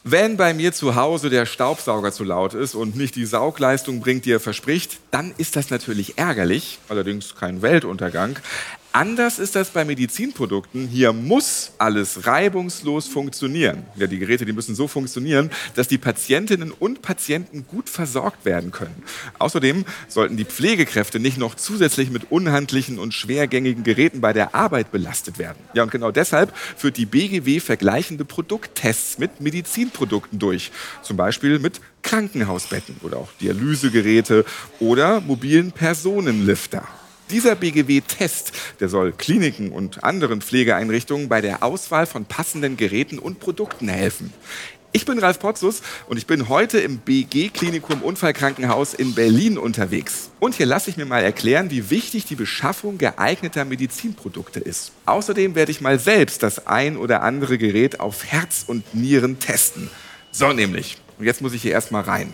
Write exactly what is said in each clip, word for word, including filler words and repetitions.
Wenn bei mir zu Hause der Staubsauger zu laut ist und nicht die Saugleistung bringt, die er verspricht, dann ist das natürlich ärgerlich, allerdings kein Weltuntergang. Anders ist das bei Medizinprodukten. Hier muss alles reibungslos funktionieren. Ja, die Geräte, die müssen so funktionieren, dass die Patientinnen und Patienten gut versorgt werden können. Außerdem sollten die Pflegekräfte nicht noch zusätzlich mit unhandlichen und schwergängigen Geräten bei der Arbeit belastet werden. Ja, und genau deshalb führt die B G W vergleichende Produkttests mit Medizinprodukten durch. Zum Beispiel mit Krankenhausbetten oder auch Dialysegeräte oder mobilen Personenlifter. Dieser B G W-Test, der soll Kliniken und anderen Pflegeeinrichtungen bei der Auswahl von passenden Geräten und Produkten helfen. Ich bin Ralf Potzus und ich bin heute im B G-Klinikum Unfallkrankenhaus in Berlin unterwegs. Und hier lasse ich mir mal erklären, wie wichtig die Beschaffung geeigneter Medizinprodukte ist. Außerdem werde ich mal selbst das ein oder andere Gerät auf Herz und Nieren testen. So nämlich. Und jetzt muss ich hier erstmal rein.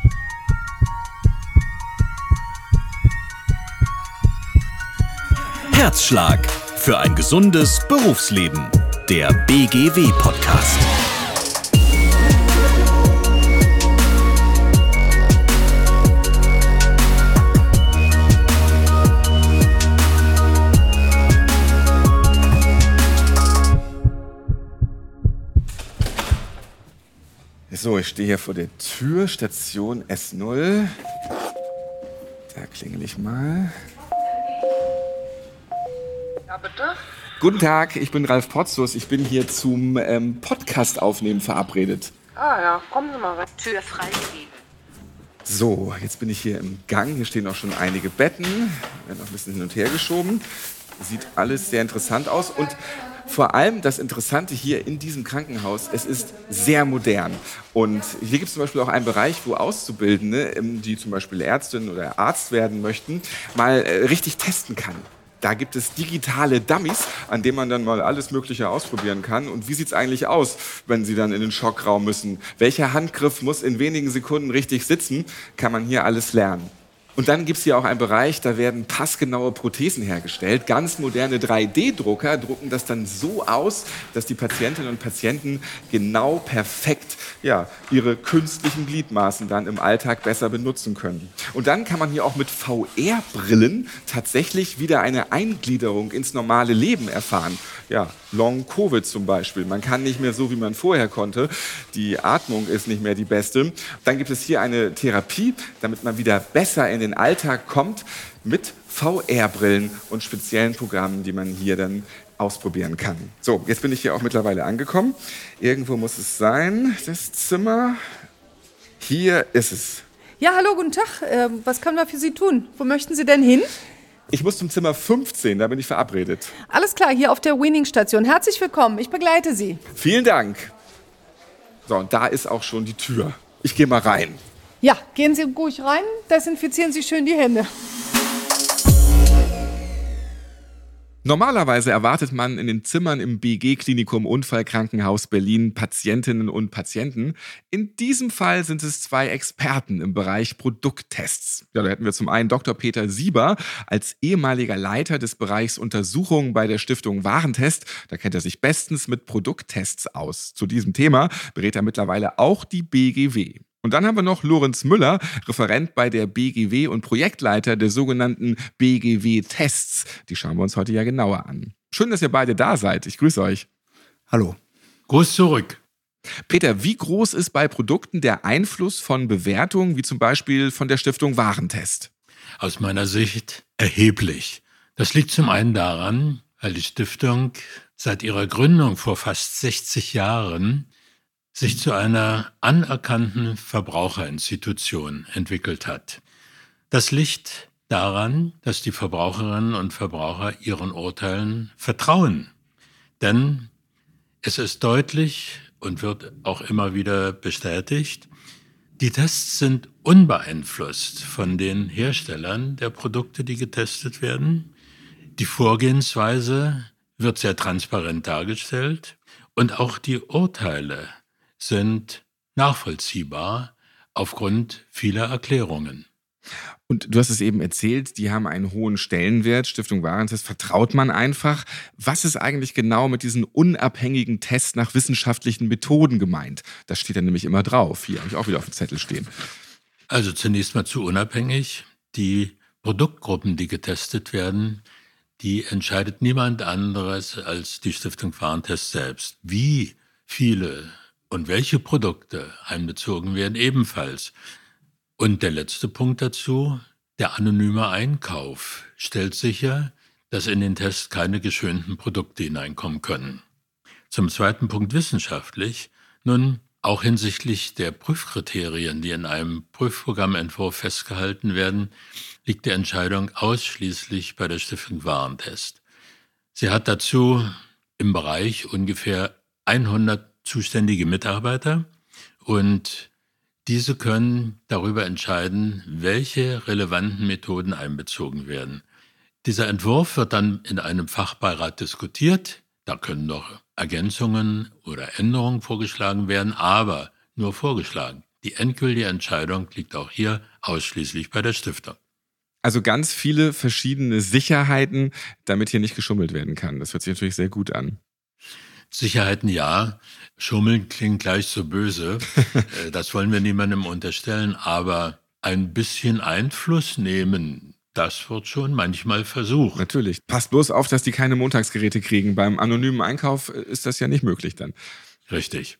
Herzschlag für ein gesundes Berufsleben. Der B G W-Podcast. So, ich stehe hier vor der Tür, Station S null. Da klingel ich mal. Ja, bitte? Guten Tag, ich bin Ralf Potzus. Ich bin hier zum ähm, Podcast-Aufnehmen verabredet. Ah ja, kommen Sie mal rein. Tür freigegeben. So, jetzt bin ich hier im Gang. Hier stehen auch schon einige Betten. Werden auch ein bisschen hin und her geschoben. Sieht alles sehr interessant aus. Und vor allem das Interessante hier in diesem Krankenhaus, es ist sehr modern. Und hier gibt es zum Beispiel auch einen Bereich, wo Auszubildende, die zum Beispiel Ärztin oder Arzt werden möchten, mal äh, richtig testen kann. Da gibt es digitale Dummies, an denen man dann mal alles Mögliche ausprobieren kann. Und wie sieht es eigentlich aus, wenn Sie dann in den Schockraum müssen? Welcher Handgriff muss in wenigen Sekunden richtig sitzen? Kann man hier alles lernen. Und dann gibt es hier auch einen Bereich, da werden passgenaue Prothesen hergestellt. Ganz moderne drei D Drucker drucken das dann so aus, dass die Patientinnen und Patienten genau perfekt ja, ihre künstlichen Gliedmaßen dann im Alltag besser benutzen können. Und dann kann man hier auch mit V R-Brillen tatsächlich wieder eine Eingliederung ins normale Leben erfahren. Ja, Long-Covid zum Beispiel. Man kann nicht mehr so, wie man vorher konnte. Die Atmung ist nicht mehr die beste. Dann gibt es hier eine Therapie, damit man wieder besser in den Alltag kommt, mit V R-Brillen und speziellen Programmen, die man hier dann ausprobieren kann. So, jetzt bin ich hier auch mittlerweile angekommen. Irgendwo muss es sein, das Zimmer. Hier ist es. Ja, hallo, guten Tag. Äh, was können wir für Sie tun? Wo möchten Sie denn hin? Ich muss zum Zimmer fünfzehn, da bin ich verabredet. Alles klar, hier auf der Weaning-Station. Herzlich willkommen, ich begleite Sie. Vielen Dank. So, und da ist auch schon die Tür. Ich gehe mal rein. Ja, gehen Sie ruhig rein, desinfizieren Sie schön die Hände. Normalerweise erwartet man in den Zimmern im B G-Klinikum Unfallkrankenhaus Berlin Patientinnen und Patienten. In diesem Fall sind es zwei Experten im Bereich Produkttests. Ja, da hätten wir zum einen Doktor Peter Sieber als ehemaliger Leiter des Bereichs Untersuchungen bei der Stiftung Warentest. Da kennt er sich bestens mit Produkttests aus. Zu diesem Thema berät er mittlerweile auch die B G W. Und dann haben wir noch Lorenz Müller, Referent bei der B G W und Projektleiter der sogenannten B G W-Tests. Die schauen wir uns heute ja genauer an. Schön, dass ihr beide da seid. Ich grüße euch. Hallo. Gruß zurück. Peter, wie groß ist bei Produkten der Einfluss von Bewertungen, wie zum Beispiel von der Stiftung Warentest? Aus meiner Sicht erheblich. Das liegt zum einen daran, weil die Stiftung seit ihrer Gründung vor fast sechzig Jahren sich zu einer anerkannten Verbraucherinstitution entwickelt hat. Das liegt daran, dass die Verbraucherinnen und Verbraucher ihren Urteilen vertrauen. Denn es ist deutlich und wird auch immer wieder bestätigt, die Tests sind unbeeinflusst von den Herstellern der Produkte, die getestet werden. Die Vorgehensweise wird sehr transparent dargestellt und auch die Urteile sind nachvollziehbar aufgrund vieler Erklärungen. Und du hast es eben erzählt, die haben einen hohen Stellenwert. Stiftung Warentest vertraut man einfach. Was ist eigentlich genau mit diesen unabhängigen Tests nach wissenschaftlichen Methoden gemeint? Das steht da nämlich immer drauf. Hier habe ich auch wieder auf dem Zettel stehen. Also zunächst mal zu unabhängig. Die Produktgruppen, die getestet werden, die entscheidet niemand anderes als die Stiftung Warentest selbst. Wie viele und welche Produkte einbezogen werden, ebenfalls. Und der letzte Punkt dazu, der anonyme Einkauf stellt sicher, dass in den Test keine geschönten Produkte hineinkommen können. Zum zweiten Punkt wissenschaftlich, nun auch hinsichtlich der Prüfkriterien, die in einem Prüfprogrammentwurf festgehalten werden, liegt die Entscheidung ausschließlich bei der Stiftung Warentest. Sie hat dazu im Bereich ungefähr hundert zuständige Mitarbeiter und diese können darüber entscheiden, welche relevanten Methoden einbezogen werden. Dieser Entwurf wird dann in einem Fachbeirat diskutiert. Da können noch Ergänzungen oder Änderungen vorgeschlagen werden, aber nur vorgeschlagen. Die endgültige Entscheidung liegt auch hier ausschließlich bei der Stiftung. Also ganz viele verschiedene Sicherheiten, damit hier nicht geschummelt werden kann. Das hört sich natürlich sehr gut an. Sicherheiten ja, Schummeln klingt gleich so böse. Das wollen wir niemandem unterstellen, aber ein bisschen Einfluss nehmen, das wird schon manchmal versucht. Natürlich. Passt bloß auf, dass die keine Montagsgeräte kriegen. Beim anonymen Einkauf ist das ja nicht möglich dann. Richtig.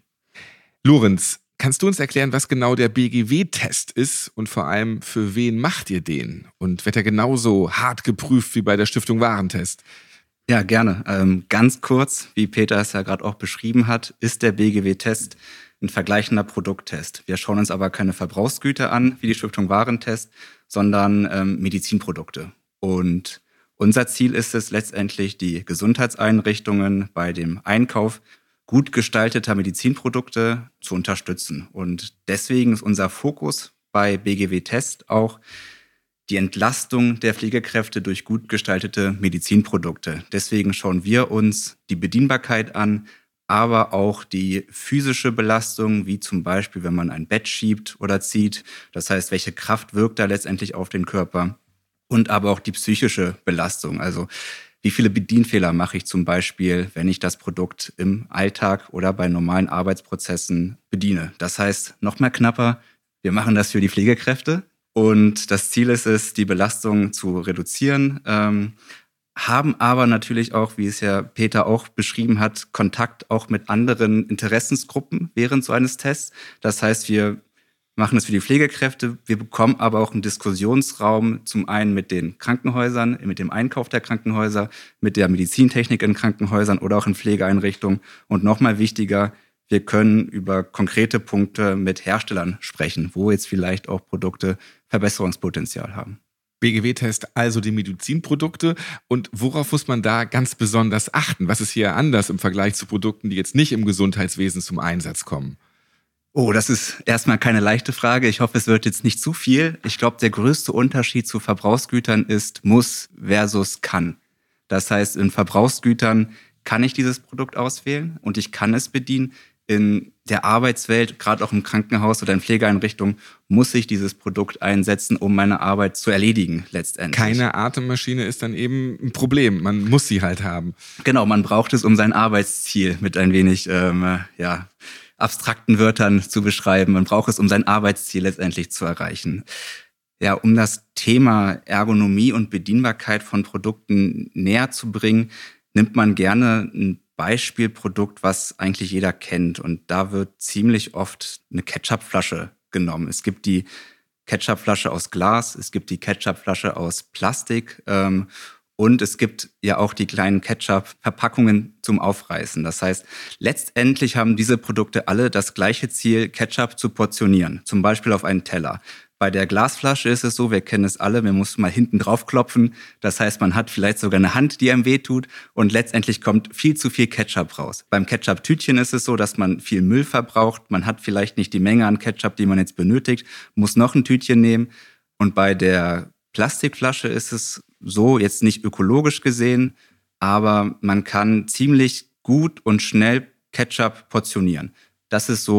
Lorenz, kannst du uns erklären, was genau der B G W-Test ist und vor allem, für wen macht ihr den? Und wird er genauso hart geprüft wie bei der Stiftung Warentest? Ja, gerne. Ähm, ganz kurz, wie Peter es ja gerade auch beschrieben hat, ist der B G W-Test ein vergleichender Produkttest. Wir schauen uns aber keine Verbrauchsgüter an, wie die Stiftung Warentest, sondern ähm, Medizinprodukte. Und unser Ziel ist es letztendlich, die Gesundheitseinrichtungen bei dem Einkauf gut gestalteter Medizinprodukte zu unterstützen. Und deswegen ist unser Fokus bei B G W-Test auch die Entlastung der Pflegekräfte durch gut gestaltete Medizinprodukte. Deswegen schauen wir uns die Bedienbarkeit an, aber auch die physische Belastung, wie zum Beispiel, wenn man ein Bett schiebt oder zieht. Das heißt, welche Kraft wirkt da letztendlich auf den Körper? Und aber auch die psychische Belastung. Also wie viele Bedienfehler mache ich zum Beispiel, wenn ich das Produkt im Alltag oder bei normalen Arbeitsprozessen bediene? Das heißt, noch mal knapper, wir machen das für die Pflegekräfte. Und das Ziel ist es, die Belastung zu reduzieren, ähm, haben aber natürlich auch, wie es ja Peter auch beschrieben hat, Kontakt auch mit anderen Interessensgruppen während so eines Tests. Das heißt, wir machen es für die Pflegekräfte, wir bekommen aber auch einen Diskussionsraum, zum einen mit den Krankenhäusern, mit dem Einkauf der Krankenhäuser, mit der Medizintechnik in Krankenhäusern oder auch in Pflegeeinrichtungen. Und nochmal wichtiger, wir können über konkrete Punkte mit Herstellern sprechen, wo jetzt vielleicht auch Produkte Verbesserungspotenzial haben. B G W-Test, also die Medizinprodukte. Und worauf muss man da ganz besonders achten? Was ist hier anders im Vergleich zu Produkten, die jetzt nicht im Gesundheitswesen zum Einsatz kommen? Oh, das ist erstmal keine leichte Frage. Ich hoffe, es wird jetzt nicht zu viel. Ich glaube, der größte Unterschied zu Verbrauchsgütern ist muss versus kann. Das heißt, in Verbrauchsgütern kann ich dieses Produkt auswählen und ich kann es bedienen. In der Arbeitswelt, gerade auch im Krankenhaus oder in Pflegeeinrichtungen, muss ich dieses Produkt einsetzen, um meine Arbeit zu erledigen letztendlich. Keine Atemmaschine ist dann eben ein Problem. Man muss sie halt haben. Genau, man braucht es, um sein Arbeitsziel mit ein wenig ähm, ja, abstrakten Wörtern zu beschreiben. Man braucht es, um sein Arbeitsziel letztendlich zu erreichen. Ja, um das Thema Ergonomie und Bedienbarkeit von Produkten näher zu bringen, nimmt man gerne ein Beispielprodukt, was eigentlich jeder kennt. Und da wird ziemlich oft eine Ketchupflasche genommen. Es gibt die Ketchupflasche aus Glas, es gibt die Ketchupflasche aus Plastik ähm, und es gibt ja auch die kleinen Ketchup-Verpackungen zum Aufreißen. Das heißt, letztendlich haben diese Produkte alle das gleiche Ziel, Ketchup zu portionieren, zum Beispiel auf einen Teller. Bei der Glasflasche ist es so, wir kennen es alle, man muss mal hinten drauf klopfen. Das heißt, man hat vielleicht sogar eine Hand, die einem wehtut und letztendlich kommt viel zu viel Ketchup raus. Beim Ketchup-Tütchen ist es so, dass man viel Müll verbraucht. Man hat vielleicht nicht die Menge an Ketchup, die man jetzt benötigt, muss noch ein Tütchen nehmen. Und bei der Plastikflasche ist es so, jetzt nicht ökologisch gesehen, aber man kann ziemlich gut und schnell Ketchup portionieren. Das ist so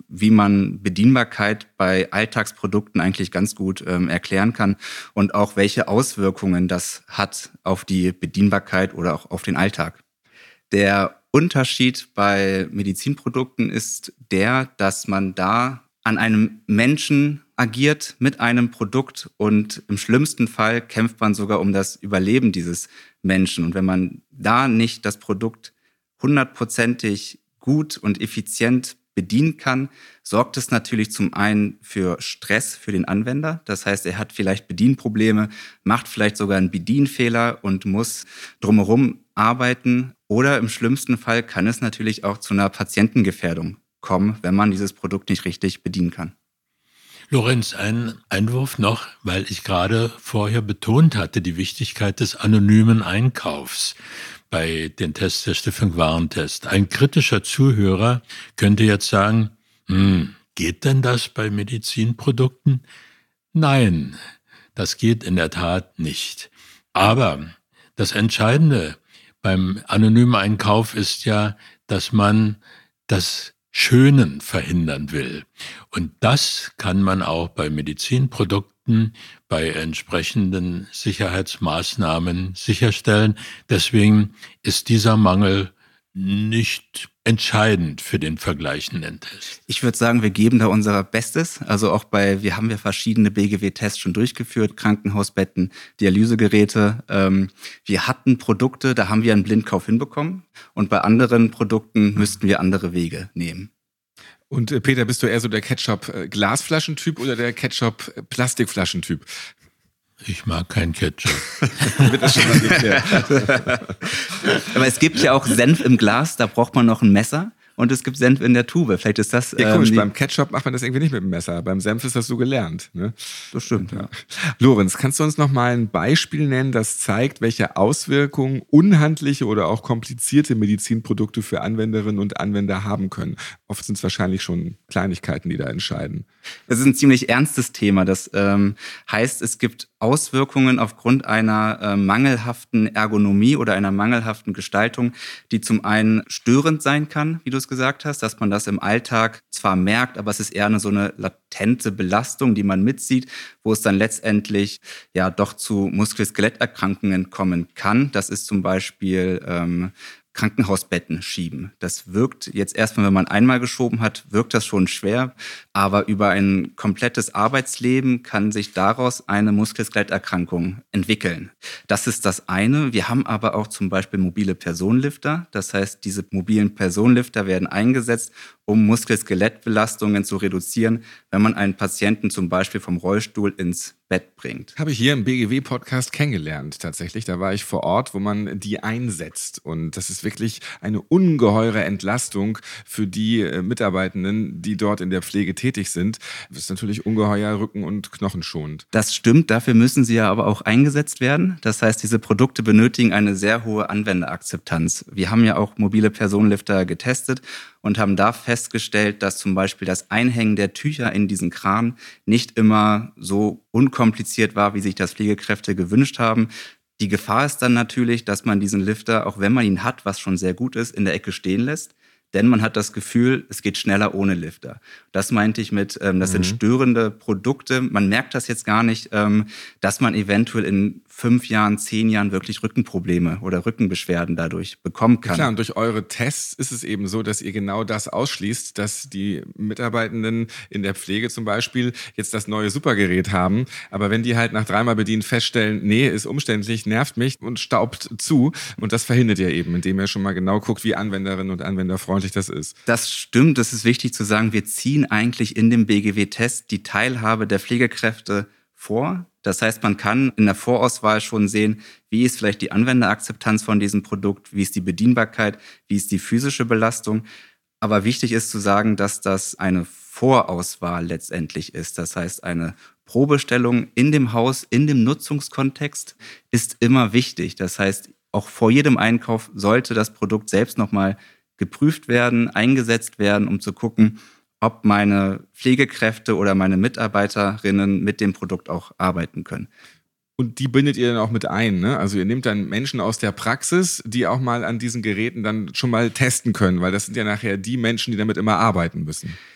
wie man Bedienbarkeit bei Alltagsprodukten eigentlich ganz gut ähm, erklären kann und auch welche Auswirkungen das hat auf die Bedienbarkeit oder auch auf den Alltag. Der Unterschied bei Medizinprodukten ist der, dass man da an einem Menschen agiert mit einem Produkt und im schlimmsten Fall kämpft man sogar um das Überleben dieses Menschen. Und wenn man da nicht das Produkt hundertprozentig gut und effizient bedienen kann, sorgt es natürlich zum einen für Stress für den Anwender. Das heißt, er hat vielleicht Bedienprobleme, macht vielleicht sogar einen Bedienfehler und muss drumherum arbeiten. Oder im schlimmsten Fall kann es natürlich auch zu einer Patientengefährdung kommen, wenn man dieses Produkt nicht richtig bedienen kann. Lorenz, ein Einwurf noch, weil ich gerade vorher betont hatte, die Wichtigkeit des anonymen Einkaufs bei den Tests der Stiftung Warentest. Ein kritischer Zuhörer könnte jetzt sagen, hm, geht denn das bei Medizinprodukten? Nein, das geht in der Tat nicht. Aber das Entscheidende beim anonymen Einkauf ist ja, dass man das Schönen verhindern will. Und das kann man auch bei Medizinprodukten, bei entsprechenden Sicherheitsmaßnahmen sicherstellen. Deswegen ist dieser Mangel nicht entscheidend für den vergleichenden Test. Ich würde sagen, wir geben da unser Bestes. Also auch bei, wir haben ja verschiedene B G W-Tests schon durchgeführt, Krankenhausbetten, Dialysegeräte. Ähm, wir hatten Produkte, da haben wir einen Blindkauf hinbekommen. Und bei anderen Produkten müssten wir andere Wege nehmen. Und äh, Peter, bist du eher so der Ketchup-Glasflaschentyp oder der Ketchup-Plastikflaschentyp? Ich mag kein Ketchup. Wird das schon mal geklärt. Aber es gibt ja auch Senf im Glas, da braucht man noch ein Messer. Und es gibt Senf in der Tube. Vielleicht ist das... Ja, komisch, ähm, beim Ketchup macht man das irgendwie nicht mit dem Messer. Beim Senf ist das so gelernt. Ne? Das stimmt, ja. Lorenz, kannst du uns noch mal ein Beispiel nennen, das zeigt, welche Auswirkungen unhandliche oder auch komplizierte Medizinprodukte für Anwenderinnen und Anwender haben können? Oft sind es wahrscheinlich schon Kleinigkeiten, die da entscheiden. Es ist ein ziemlich ernstes Thema. Das ähm, heißt, es gibt Auswirkungen aufgrund einer äh, mangelhaften Ergonomie oder einer mangelhaften Gestaltung, die zum einen störend sein kann, wie du es gesagt hast, dass man das im Alltag zwar merkt, aber es ist eher eine so eine latente Belastung, die man mitsieht, wo es dann letztendlich ja doch zu Muskel-Skeletterkrankungen kommen kann. Das ist zum Beispiel ähm, Krankenhausbetten schieben. Das wirkt jetzt erstmal, wenn man einmal geschoben hat, wirkt das schon schwer. Aber über ein komplettes Arbeitsleben kann sich daraus eine Muskel-Skeletterkrankung entwickeln. Das ist das eine. Wir haben aber auch zum Beispiel mobile Personenlifter. Das heißt, diese mobilen Personenlifter werden eingesetzt, um Muskel-Skelettbelastungen zu reduzieren, wenn man einen Patienten zum Beispiel vom Rollstuhl ins Bett bringt. Habe ich hier im B G W-Podcast kennengelernt tatsächlich. Da war ich vor Ort, wo man die einsetzt. Und das ist wirklich eine ungeheure Entlastung für die äh, Mitarbeitenden, die dort in der Pflege tätig sind. Das ist natürlich ungeheuer rücken- und knochenschonend. Das stimmt, dafür müssen sie ja aber auch eingesetzt werden. Das heißt, diese Produkte benötigen eine sehr hohe Anwenderakzeptanz. Wir haben ja auch mobile Personenlifter getestet und haben da festgestellt, dass zum Beispiel das Einhängen der Tücher in diesen Kran nicht immer so unkompliziert war, wie sich das Pflegekräfte gewünscht haben. Die Gefahr ist dann natürlich, dass man diesen Lifter, auch wenn man ihn hat, was schon sehr gut ist, in der Ecke stehen lässt. Denn man hat das Gefühl, es geht schneller ohne Lifter. Das meinte ich mit, ähm, das mhm. sind störende Produkte. Man merkt das jetzt gar nicht, ähm, dass man eventuell in fünf Jahren, zehn Jahren wirklich Rückenprobleme oder Rückenbeschwerden dadurch bekommen kann. Klar, und durch eure Tests ist es eben so, dass ihr genau das ausschließt, dass die Mitarbeitenden in der Pflege zum Beispiel jetzt das neue Supergerät haben. Aber wenn die halt nach dreimal bedienen feststellen, nee, ist umständlich, nervt mich und staubt zu. Und das verhindert ihr eben, indem ihr schon mal genau guckt, wie Anwenderinnen und Anwender freundlich das ist. Das stimmt, das ist wichtig zu sagen. Wir ziehen eigentlich in dem B G W-Test die Teilhabe der Pflegekräfte vor. Das heißt, man kann in der Vorauswahl schon sehen, wie ist vielleicht die Anwenderakzeptanz von diesem Produkt, wie ist die Bedienbarkeit, wie ist die physische Belastung. Aber wichtig ist zu sagen, dass das eine Vorauswahl letztendlich ist. Das heißt, eine Probestellung in dem Haus, in dem Nutzungskontext ist immer wichtig. Das heißt, auch vor jedem Einkauf sollte das Produkt selbst nochmal geprüft werden, eingesetzt werden, um zu gucken, ob meine Pflegekräfte oder meine Mitarbeiterinnen mit dem Produkt auch arbeiten können. Und die bindet ihr dann auch mit ein, ne? Also ihr nehmt dann Menschen aus der Praxis, die auch mal an diesen Geräten dann schon mal testen können, weil das sind ja nachher die Menschen, die damit immer arbeiten müssen.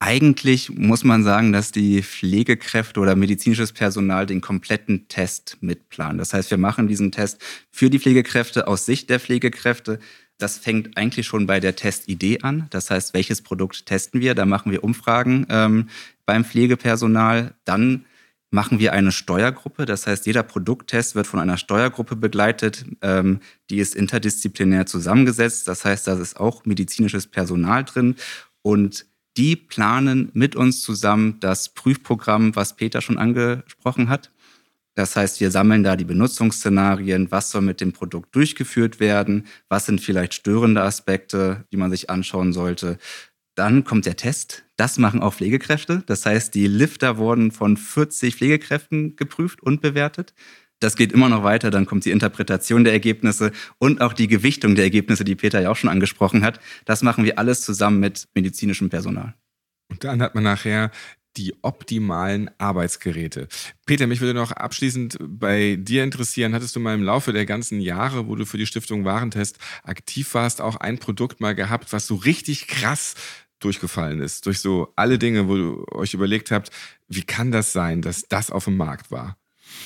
Eigentlich muss man sagen, dass die Pflegekräfte oder medizinisches Personal den kompletten Test mitplanen. Das heißt, wir machen diesen Test für die Pflegekräfte aus Sicht der Pflegekräfte. Das fängt eigentlich schon bei der Testidee an. Das heißt, welches Produkt testen wir? Da machen wir Umfragen ähm, beim Pflegepersonal. Dann machen wir eine Steuergruppe. Das heißt, jeder Produkttest wird von einer Steuergruppe begleitet. Ähm, die ist interdisziplinär zusammengesetzt. Das heißt, da ist auch medizinisches Personal drin. Und die planen mit uns zusammen das Prüfprogramm, was Peter schon angesprochen hat. Das heißt, wir sammeln da die Benutzungsszenarien, was soll mit dem Produkt durchgeführt werden, was sind vielleicht störende Aspekte, die man sich anschauen sollte. Dann kommt der Test. Das machen auch Pflegekräfte. Das heißt, die Lifter wurden von vierzig Pflegekräften geprüft und bewertet. Das geht immer noch weiter. Dann kommt die Interpretation der Ergebnisse und auch die Gewichtung der Ergebnisse, die Peter ja auch schon angesprochen hat. Das machen wir alles zusammen mit medizinischem Personal. Und dann hat man nachher die optimalen Arbeitsgeräte. Peter, mich würde noch abschließend bei dir interessieren, hattest du mal im Laufe der ganzen Jahre, wo du für die Stiftung Warentest aktiv warst, auch ein Produkt mal gehabt, was so richtig krass durchgefallen ist, durch so alle Dinge, wo du euch überlegt habt, wie kann das sein, dass das auf dem Markt war?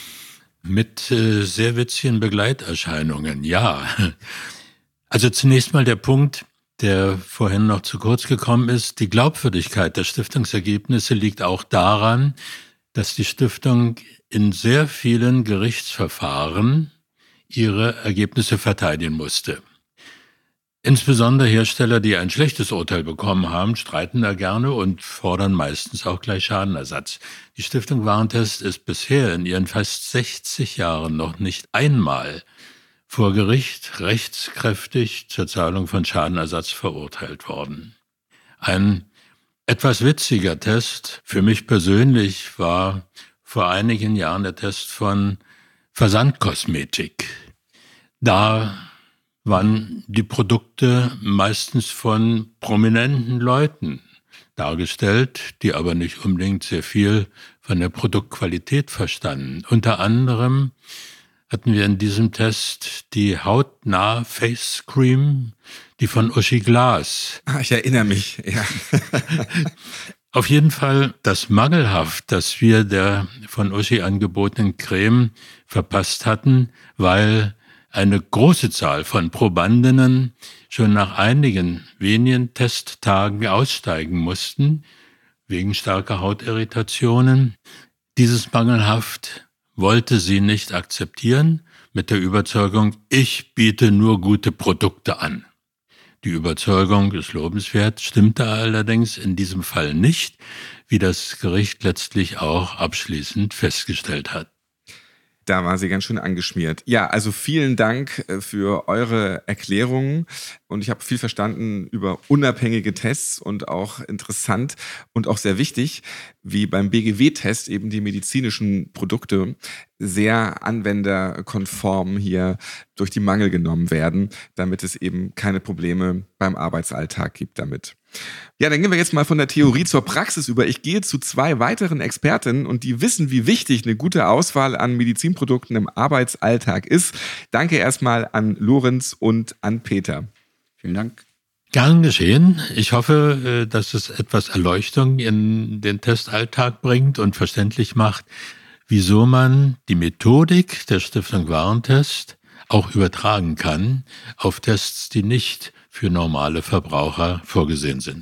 Mit äh, sehr witzigen Begleiterscheinungen, ja. Also zunächst mal der Punkt, der vorhin noch zu kurz gekommen ist. Die Glaubwürdigkeit der Stiftungsergebnisse liegt auch daran, dass die Stiftung in sehr vielen Gerichtsverfahren ihre Ergebnisse verteidigen musste. Insbesondere Hersteller, die ein schlechtes Urteil bekommen haben, streiten da gerne und fordern meistens auch gleich Schadenersatz. Die Stiftung Warentest ist bisher in ihren fast sechzig Jahren noch nicht einmal vor Gericht rechtskräftig zur Zahlung von Schadenersatz verurteilt worden. Ein etwas witziger Test für mich persönlich war vor einigen Jahren der Test von Versandkosmetik. Da waren die Produkte meistens von prominenten Leuten dargestellt, die aber nicht unbedingt sehr viel von der Produktqualität verstanden. Unter anderem hatten wir in diesem Test die hautnahe Face Cream, die von Uschi Glas. Ah, ich erinnere mich, ja. Auf jeden Fall das mangelhaft, dass wir der von Uschi angebotenen Creme verpasst hatten, weil eine große Zahl von Probandinnen schon nach einigen wenigen Testtagen aussteigen mussten, wegen starker Hautirritationen. Dieses mangelhaft wollte sie nicht akzeptieren, mit der Überzeugung, ich biete nur gute Produkte an. Die Überzeugung ist lobenswert, stimmte allerdings in diesem Fall nicht, wie das Gericht letztlich auch abschließend festgestellt hat. Da war sie ganz schön angeschmiert. Ja, also vielen Dank für eure Erklärungen und ich habe viel verstanden über unabhängige Tests und auch interessant und auch sehr wichtig, wie beim B G W-Test eben die medizinischen Produkte sehr anwenderkonform hier durch die Mangel genommen werden, damit es eben keine Probleme beim Arbeitsalltag gibt damit. Ja, dann gehen wir jetzt mal von der Theorie zur Praxis über. Ich gehe zu zwei weiteren Expertinnen und die wissen, wie wichtig eine gute Auswahl an Medizinprodukten im Arbeitsalltag ist. Danke erstmal an Lorenz und an Peter. Vielen Dank. Gern geschehen. Ich hoffe, dass es etwas Erleuchtung in den Testalltag bringt und verständlich macht, wieso man die Methodik der Stiftung Warentest auch übertragen kann auf Tests, die nicht für normale Verbraucher vorgesehen sind.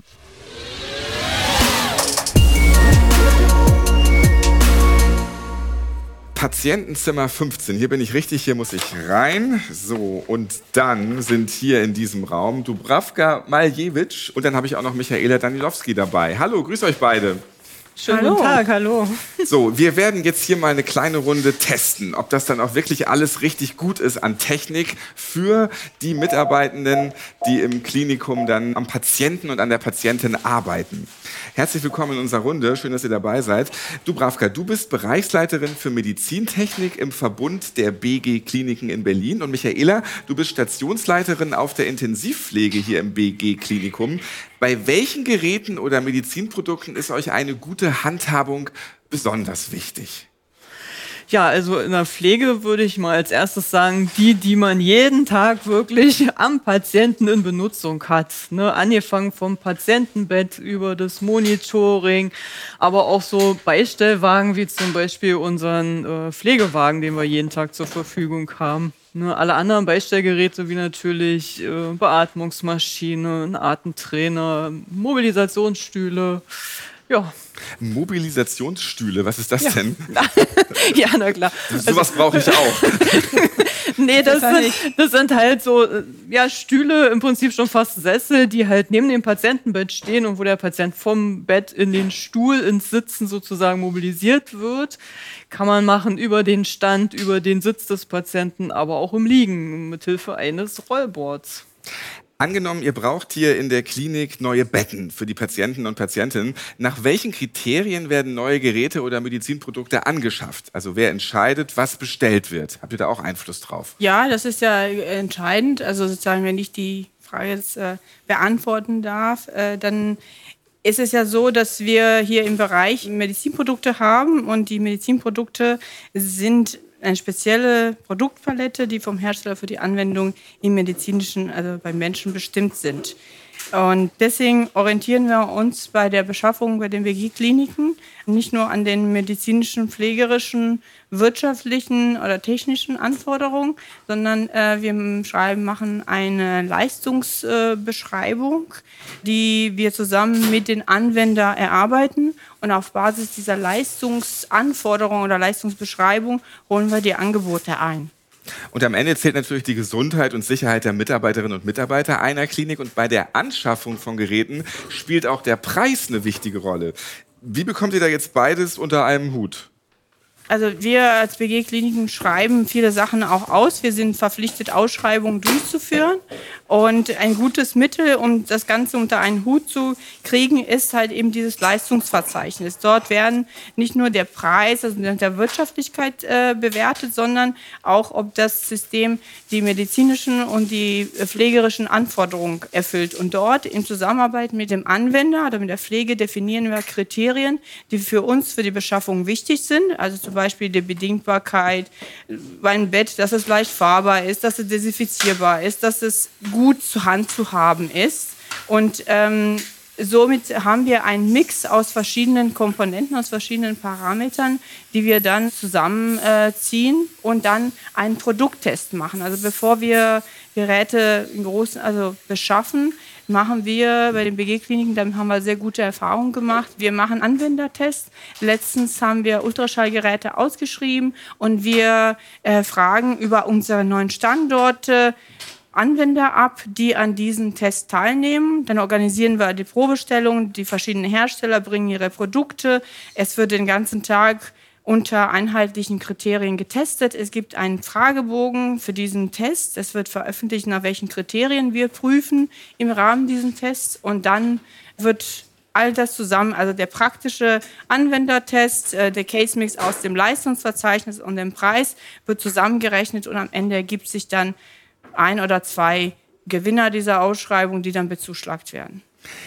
Patientenzimmer fünfzehn, hier bin ich richtig, hier muss ich rein. So, und dann sind hier in diesem Raum Dubravka Maljewitsch und dann habe ich auch noch Michaela Danilowski dabei. Hallo, grüß euch beide. Schönen hallo. Guten Tag, hallo. So, wir werden jetzt hier mal eine kleine Runde testen, ob das dann auch wirklich alles richtig gut ist an Technik für die Mitarbeitenden, die im Klinikum dann am Patienten und an der Patientin arbeiten. Herzlich willkommen in unserer Runde, schön, dass ihr dabei seid. Dubravka, du bist Bereichsleiterin für Medizintechnik im Verbund der B G-Kliniken in Berlin und Michaela, du bist Stationsleiterin auf der Intensivpflege hier im B G-Klinikum. Bei welchen Geräten oder Medizinprodukten ist euch eine gute Handhabung besonders wichtig? Ja, also in der Pflege würde ich mal als erstes sagen, die, die man jeden Tag wirklich am Patienten in Benutzung hat. Ne? Angefangen vom Patientenbett über das Monitoring, aber auch so Beistellwagen wie zum Beispiel unseren äh, Pflegewagen, den wir jeden Tag zur Verfügung haben. Ne? Alle anderen Beistellgeräte wie natürlich äh, Beatmungsmaschine, ein Atemtrainer, Mobilisationsstühle. Ja. Mobilisationsstühle, was ist das Ja. denn? Ja, na klar. Sowas brauche ich auch. Nee, das sind, das sind halt so ja, Stühle, im Prinzip schon fast Sessel, die halt neben dem Patientenbett stehen und wo der Patient vom Bett in den Stuhl ins Sitzen sozusagen mobilisiert wird. Kann man machen über den Stand, über den Sitz des Patienten, aber auch im Liegen, mit Hilfe eines Rollboards. Angenommen, ihr braucht hier in der Klinik neue Betten für die Patienten und Patientinnen. Nach welchen Kriterien werden neue Geräte oder Medizinprodukte angeschafft? Also wer entscheidet, was bestellt wird? Habt ihr da auch Einfluss drauf? Ja, das ist ja entscheidend. Also sozusagen, wenn ich die Frage jetzt äh, beantworten darf, äh, dann ist es ja so, dass wir hier im Bereich Medizinprodukte haben und die Medizinprodukte sind eine spezielle Produktpalette, die vom Hersteller für die Anwendung im medizinischen, also beim Menschen bestimmt sind. Und deswegen orientieren wir uns bei der Beschaffung bei den W G-Kliniken nicht nur an den medizinischen, pflegerischen, wirtschaftlichen oder technischen Anforderungen, sondern äh, wir schreiben, machen eine Leistungsbeschreibung, äh, die wir zusammen mit den Anwendern erarbeiten. Und auf Basis dieser Leistungsanforderungen oder Leistungsbeschreibung holen wir die Angebote ein. Und am Ende zählt natürlich die Gesundheit und Sicherheit der Mitarbeiterinnen und Mitarbeiter einer Klinik. Und bei der Anschaffung von Geräten spielt auch der Preis eine wichtige Rolle. Wie bekommt ihr da jetzt beides unter einem Hut? Also wir als B G-Kliniken schreiben viele Sachen auch aus. Wir sind verpflichtet, Ausschreibungen durchzuführen. Und ein gutes Mittel, um das Ganze unter einen Hut zu kriegen, ist halt eben dieses Leistungsverzeichnis. Dort werden nicht nur der Preis, also der Wirtschaftlichkeit äh, bewertet, sondern auch, ob das System die medizinischen und die pflegerischen Anforderungen erfüllt. Und dort in Zusammenarbeit mit dem Anwender oder mit der Pflege definieren wir Kriterien, die für uns für die Beschaffung wichtig sind. Also zum Beispiel die Bedingbarkeit beim Bett, dass es leicht fahrbar ist, dass es desinfizierbar ist, dass es gut zur Hand zu haben ist. Und ähm, somit haben wir einen Mix aus verschiedenen Komponenten, aus verschiedenen Parametern, die wir dann zusammenziehen äh, und dann einen Produkttest machen. Also bevor wir Geräte in großen, also beschaffen, machen wir bei den B G-Kliniken, damit haben wir sehr gute Erfahrungen gemacht. Wir machen Anwendertests. Letztens haben wir Ultraschallgeräte ausgeschrieben und wir äh, fragen über unsere neuen Standorte Anwender ab, die an diesen Test teilnehmen. Dann organisieren wir die Probestellung, die verschiedenen Hersteller bringen ihre Produkte. Es wird den ganzen Tag unter einheitlichen Kriterien getestet. Es gibt einen Fragebogen für diesen Test. Es wird veröffentlicht, nach welchen Kriterien wir prüfen im Rahmen dieses Tests. Und dann wird all das zusammen, also der praktische Anwendertest, äh, der Case-Mix aus dem Leistungsverzeichnis und dem Preis, wird zusammengerechnet und am Ende ergibt sich dann ein oder zwei Gewinner dieser Ausschreibung, die dann bezuschlagt werden.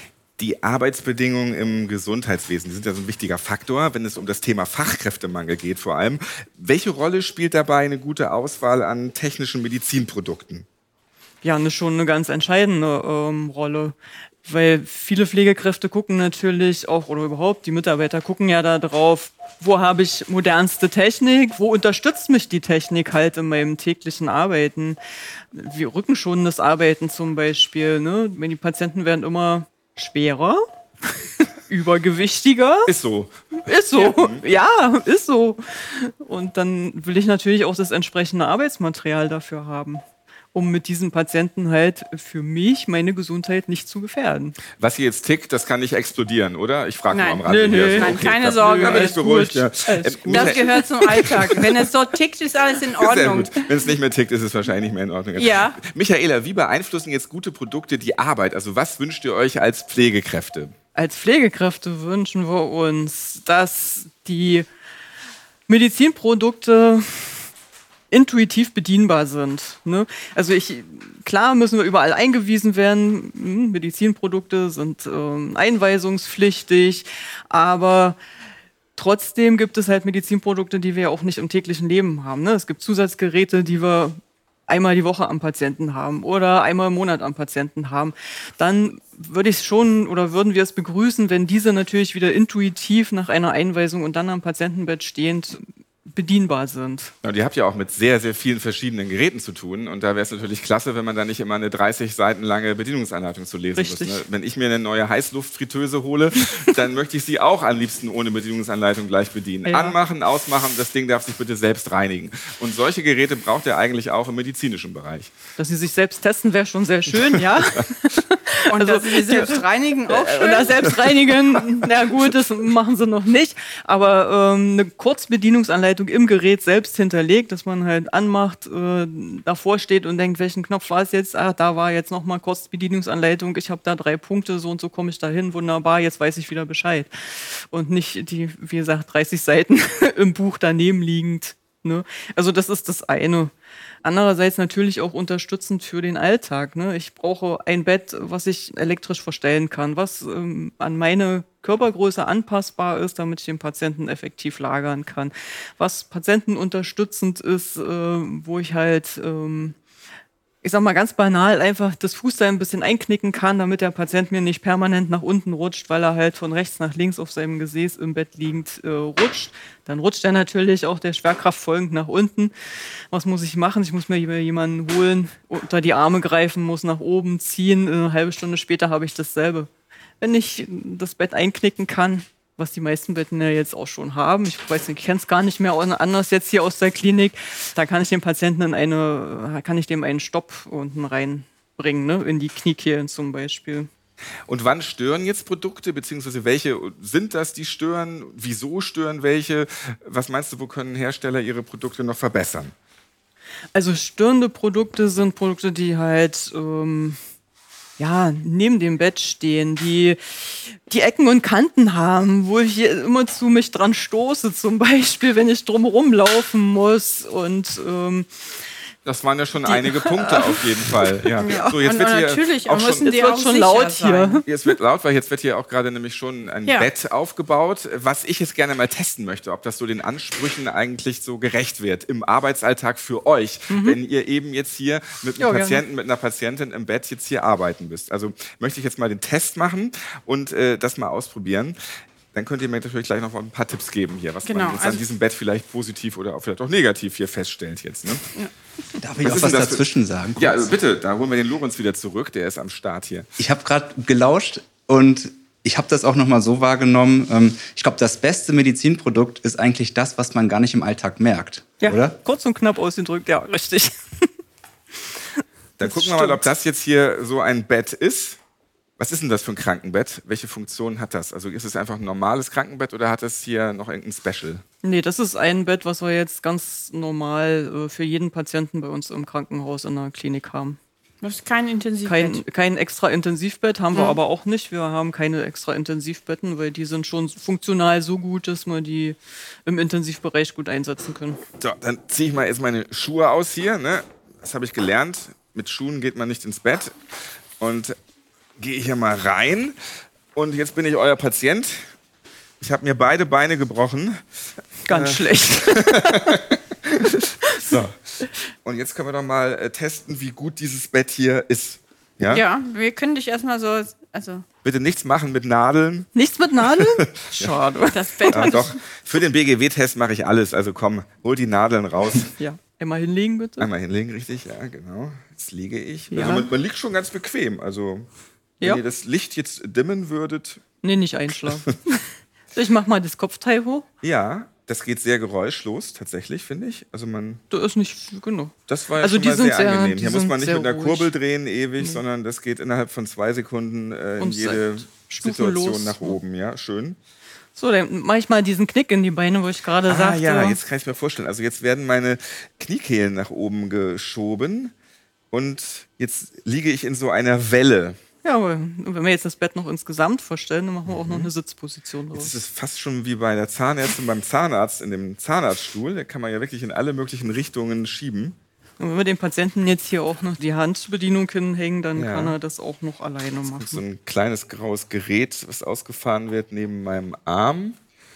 Die Arbeitsbedingungen im Gesundheitswesen, die sind ja so ein wichtiger Faktor, wenn es um das Thema Fachkräftemangel geht vor allem. Welche Rolle spielt dabei eine gute Auswahl an technischen Medizinprodukten? Ja, eine, schon eine ganz entscheidende ähm, Rolle. Weil viele Pflegekräfte gucken natürlich auch, oder überhaupt die Mitarbeiter gucken ja da drauf, wo habe ich modernste Technik, wo unterstützt mich die Technik halt in meinem täglichen Arbeiten. Wie rückenschonendes Arbeiten zum Beispiel, ne? Wenn die Patienten werden immer schwerer, übergewichtiger. Ist so. Ist so, ja, ist so. Und dann will ich natürlich auch das entsprechende Arbeitsmaterial dafür haben, um mit diesen Patienten halt für mich meine Gesundheit nicht zu gefährden. Was hier jetzt tickt, das kann nicht explodieren, oder? Ich frage nur am Rande. Nö, nö, nein, keine Sorge. Da bin ich beruhigt. Ja. Das gehört zum Alltag. Wenn es so tickt, ist alles in Ordnung. Sehr gut. Wenn es nicht mehr tickt, ist es wahrscheinlich nicht mehr in Ordnung. Ja. Michaela, wie beeinflussen jetzt gute Produkte die Arbeit? Also was wünscht ihr euch als Pflegekräfte? Als Pflegekräfte wünschen wir uns, dass die Medizinprodukte intuitiv bedienbar sind. Ne? Also ich, klar müssen wir überall eingewiesen werden. Hm, Medizinprodukte sind ähm, einweisungspflichtig, aber Trotzdem gibt es halt Medizinprodukte, die wir ja auch nicht im täglichen Leben haben. Ne? Es gibt Zusatzgeräte, die wir einmal die Woche am Patienten haben oder einmal im Monat am Patienten haben. Dann würde ich es schon oder würden wir es begrüßen, wenn diese natürlich wieder intuitiv nach einer Einweisung und dann am Patientenbett stehend bedienbar sind. Und ihr habt ja auch mit sehr, sehr vielen verschiedenen Geräten zu tun. Und da wäre es natürlich klasse, wenn man da nicht immer eine dreißig Seiten lange Bedienungsanleitung zu lesen Richtig. muss. Ne? Wenn ich mir eine neue Heißluftfritteuse hole, dann möchte ich sie auch am liebsten ohne Bedienungsanleitung gleich bedienen. Ja. Anmachen, ausmachen, das Ding darf sich bitte selbst reinigen. Und solche Geräte braucht ihr eigentlich auch im medizinischen Bereich. Dass sie sich selbst testen, wäre schon sehr schön, ja. Und Also, dass sie selbst reinigen auch Äh, schön. Oder selbst reinigen, na gut, das machen sie noch nicht. Aber ähm, eine Kurzbedienungsanleitung im Gerät selbst hinterlegt, dass man halt anmacht, äh, davor steht und denkt, welchen Knopf war es jetzt? Ah, da war jetzt nochmal Kurzbedienungsanleitung. Ich habe da drei Punkte, so und so komme ich da hin. Wunderbar, jetzt weiß ich wieder Bescheid. Und nicht die, wie gesagt, dreißig Seiten im Buch daneben liegend. Ne? Also das ist das eine. Andererseits natürlich auch unterstützend für den Alltag. Ne? Ich brauche ein Bett, was ich elektrisch verstellen kann, was ähm, an meine Körpergröße anpassbar ist, damit ich den Patienten effektiv lagern kann. Was patientenunterstützend ist, äh, wo ich halt, ähm, ich sag mal ganz banal, einfach das Fußteil ein bisschen einknicken kann, damit der Patient mir nicht permanent nach unten rutscht, weil er halt von rechts nach links auf seinem Gesäß im Bett liegend äh, rutscht. Dann rutscht er natürlich auch der Schwerkraft folgend nach unten. Was muss ich machen? Ich muss mir jemanden holen, unter die Arme greifen, muss nach oben ziehen. Eine halbe Stunde später habe ich dasselbe. Wenn ich das Bett einknicken kann, was die meisten Betten ja jetzt auch schon haben. Ich weiß nicht, ich kenne es gar nicht mehr anders jetzt hier aus der Klinik. Da kann ich dem Patienten in eine, kann ich dem einen Stopp unten reinbringen, ne? In die Kniekehlen zum Beispiel. Und wann stören jetzt Produkte, beziehungsweise welche sind das, die stören? Wieso stören welche? Was meinst du, wo können Hersteller ihre Produkte noch verbessern? Also störende Produkte sind Produkte, die halt ähm, ja, neben dem Bett stehen, die die Ecken und Kanten haben, wo ich immer zu mich dran stoße, zum Beispiel, wenn ich drum rumlaufen muss und ähm, das waren ja schon einige Punkte auf jeden Fall. Ja. Ja. So, jetzt Und wird hier natürlich auch müssen schon, die jetzt wird auch schon sicher laut sein. hier. Jetzt wird laut, weil jetzt wird hier auch gerade nämlich schon ein Ja. Bett aufgebaut, was ich jetzt gerne mal testen möchte, ob das so den Ansprüchen eigentlich so gerecht wird im Arbeitsalltag für euch, Mhm. wenn ihr eben jetzt hier mit einem Ja, gerne. Patienten, mit einer Patientin im Bett jetzt hier arbeiten müsst. Also möchte ich jetzt mal den Test machen und äh, das mal ausprobieren. Dann könnt ihr mir natürlich gleich noch ein paar Tipps geben hier, was Genau, man jetzt also- an diesem Bett vielleicht positiv oder auch vielleicht auch negativ hier feststellt jetzt. Ne? Darf ich Was auch ist was denn das für- dazwischen sagen? Ja, also bitte, da holen wir den Lorenz wieder zurück, der ist am Start hier. Ich habe gerade gelauscht und ich habe das auch noch mal so wahrgenommen. Ähm, ich glaube, das beste Medizinprodukt ist eigentlich das, was man gar nicht im Alltag merkt, ja, oder? kurz und knapp ausgedrückt, ja, richtig. Dann Das gucken wir mal, ob stimmt. das jetzt hier so ein Bett ist. Was ist denn das für ein Krankenbett? Welche Funktion hat das? Also ist es einfach ein normales Krankenbett oder hat es hier noch irgendein Special? Nee, das ist ein Bett, was wir jetzt ganz normal äh, für jeden Patienten bei uns im Krankenhaus in der Klinik haben. Das ist kein Intensivbett. Kein, kein extra Intensivbett haben wir aber auch nicht. Wir haben keine extra Intensivbetten, weil die sind schon funktional so gut, dass wir die im Intensivbereich gut einsetzen können. So, dann ziehe ich mal jetzt meine Schuhe aus hier. Ne? Das habe ich gelernt. Mit Schuhen geht man nicht ins Bett. Und gehe hier mal rein. Und jetzt bin ich euer Patient. Ich habe mir beide Beine gebrochen. Ganz Äh. schlecht. So. Und jetzt können wir doch mal äh, testen, wie gut dieses Bett hier ist. Ja? Ja, wir können dich erstmal so, also Bitte nichts machen mit Nadeln. Nichts mit Nadeln? Schade. das Bett Ja, hat doch, für den B G W-Test mache ich alles. Also komm, hol die Nadeln raus. Ja, einmal hinlegen bitte. Einmal hinlegen, richtig, ja, genau. Jetzt liege ich. Ja. Also man, man liegt schon ganz bequem. Also, wenn Ja. ihr das Licht jetzt dimmen würdet, Nee, nicht einschlafen. Ich mach mal das Kopfteil hoch. ja, das geht sehr geräuschlos, tatsächlich, finde ich. Also man, Da ist nicht genug. das war ja Also schon die mal sind sehr, sehr- angenehm. die Hier muss sind man nicht sehr mit einer ruhig. Kurbel drehen ewig, sondern das geht innerhalb von zwei Sekunden äh, in Und jede stufenlos. Situation nach oben. Ja, schön. So, dann mache ich mal diesen Knick in die Beine, wo ich gerade Ah sagte. ja, jetzt kann ich mir vorstellen. Also jetzt werden meine Kniekehlen nach oben geschoben und jetzt liege ich in so einer Welle. Ja, aber wenn wir jetzt das Bett noch insgesamt vorstellen, dann machen wir auch noch eine Sitzposition Das draus. ist fast schon wie bei der Zahnärztin beim Zahnarzt in dem Zahnarztstuhl. Da kann man ja wirklich in alle möglichen Richtungen schieben. Und wenn wir dem Patienten jetzt hier auch noch die Handbedienung hinhängen, dann Ja. kann er das auch noch alleine So machen. ein kleines graues Gerät, was ausgefahren wird neben meinem Arm.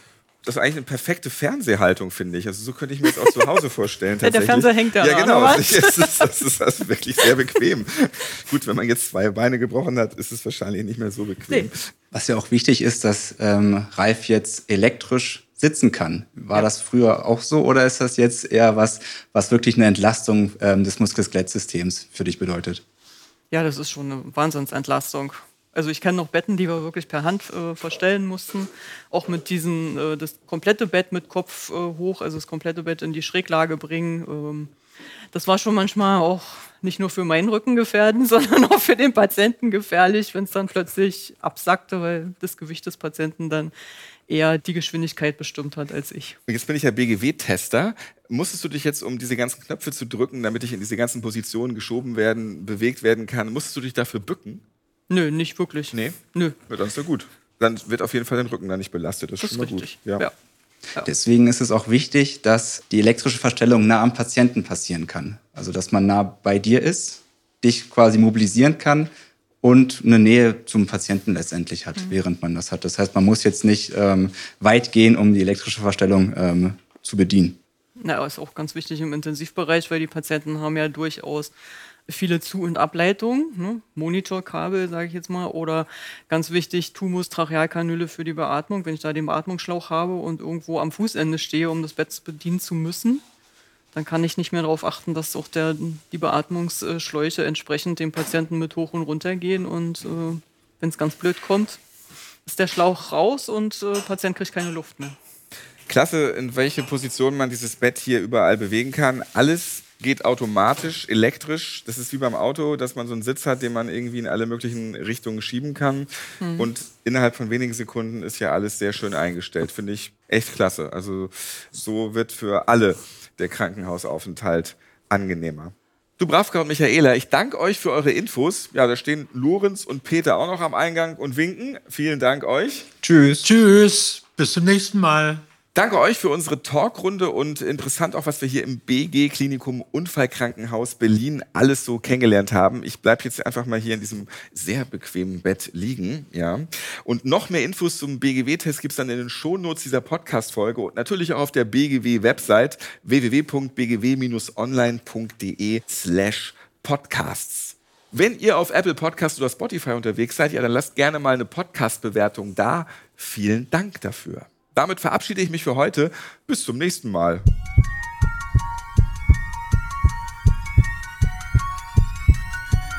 Das ist eigentlich eine perfekte Fernsehhaltung, finde ich. Also so könnte ich mir das auch zu Hause vorstellen. Ja, der Fernseher hängt da. Ja, genau. Das ist, das ist also wirklich sehr bequem. Gut, wenn man jetzt zwei Beine gebrochen hat, ist es wahrscheinlich nicht mehr so bequem. Nee. Was ja auch wichtig ist, dass ähm, Ralf jetzt elektrisch sitzen kann. War ja. das früher auch so oder ist das jetzt eher was, was wirklich eine Entlastung ähm, des Muskel-Skelett-Systems für dich bedeutet? Ja, das ist schon eine Wahnsinnsentlastung. Also ich kenne noch Betten, die wir wirklich per Hand äh, verstellen mussten. Auch mit diesen, äh, das komplette Bett mit Kopf äh, hoch, also das komplette Bett in die Schräglage bringen. Ähm, das war schon manchmal auch nicht nur für meinen Rücken gefährdend, sondern auch für den Patienten gefährlich, wenn es dann plötzlich absackte, weil das Gewicht des Patienten dann eher die Geschwindigkeit bestimmt hat als ich. Jetzt bin ich ja B G W-Tester. Musstest du dich jetzt, um diese ganzen Knöpfe zu drücken, damit ich in diese ganzen Positionen geschoben werden, bewegt werden kann, musstest du dich dafür bücken? Nö, nicht wirklich. Nee? Nö. Ja, dann ist ja gut. Dann wird auf jeden Fall dein Rücken da nicht belastet. Das, das ist schon mal richtig. Gut. Ja. Ja. Ja. Deswegen ist es auch wichtig, dass die elektrische Verstellung nah am Patienten passieren kann. Also, dass man nah bei dir ist, dich quasi mobilisieren kann und eine Nähe zum Patienten letztendlich hat, mhm. während man das hat. Das heißt, man muss jetzt nicht ähm, weit gehen, um die elektrische Verstellung ähm, zu bedienen. Na, ist auch ganz wichtig im Intensivbereich, weil die Patienten haben ja durchaus viele Zu- und Ableitungen, ne? Monitorkabel, sage ich jetzt mal, oder ganz wichtig, Tubus, Trachealkanüle für die Beatmung. Wenn ich da den Beatmungsschlauch habe und irgendwo am Fußende stehe, um das Bett bedienen zu müssen, dann kann ich nicht mehr darauf achten, dass auch der, die Beatmungsschläuche entsprechend dem Patienten mit hoch und runter gehen. Und äh, wenn es ganz blöd kommt, ist der Schlauch raus und der äh, Patient kriegt keine Luft mehr. Klasse, in welche Position man dieses Bett hier überall bewegen kann. Alles geht automatisch, elektrisch. Das ist wie beim Auto, dass man so einen Sitz hat, den man irgendwie in alle möglichen Richtungen schieben kann. Mhm. Und innerhalb von wenigen Sekunden ist ja alles sehr schön eingestellt. Finde ich echt klasse. Also so wird für alle der Krankenhausaufenthalt angenehmer. Dubravka und Michaela, ich danke euch für eure Infos. Ja, da stehen Lorenz und Peter auch noch am Eingang und winken. Vielen Dank euch. Tschüss. Tschüss. Bis zum nächsten Mal. Danke euch für unsere Talkrunde und interessant auch, was wir hier im B G-Klinikum Unfallkrankenhaus Berlin alles so kennengelernt haben. Ich bleibe jetzt einfach mal hier in diesem sehr bequemen Bett liegen. Ja. Und noch mehr Infos zum B G W-Test gibt es dann in den Shownotes dieser Podcast-Folge und natürlich auch auf der B G W-Website w w w punkt b g w bindestrich online punkt d e slash podcasts. Wenn ihr auf Apple Podcast oder Spotify unterwegs seid, ja, dann lasst gerne mal eine Podcast-Bewertung da. Vielen Dank dafür. Damit verabschiede ich mich für heute. Bis zum nächsten Mal.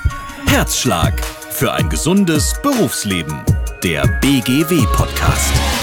Herzschlag für ein gesundes Berufsleben. Der B G W-Podcast.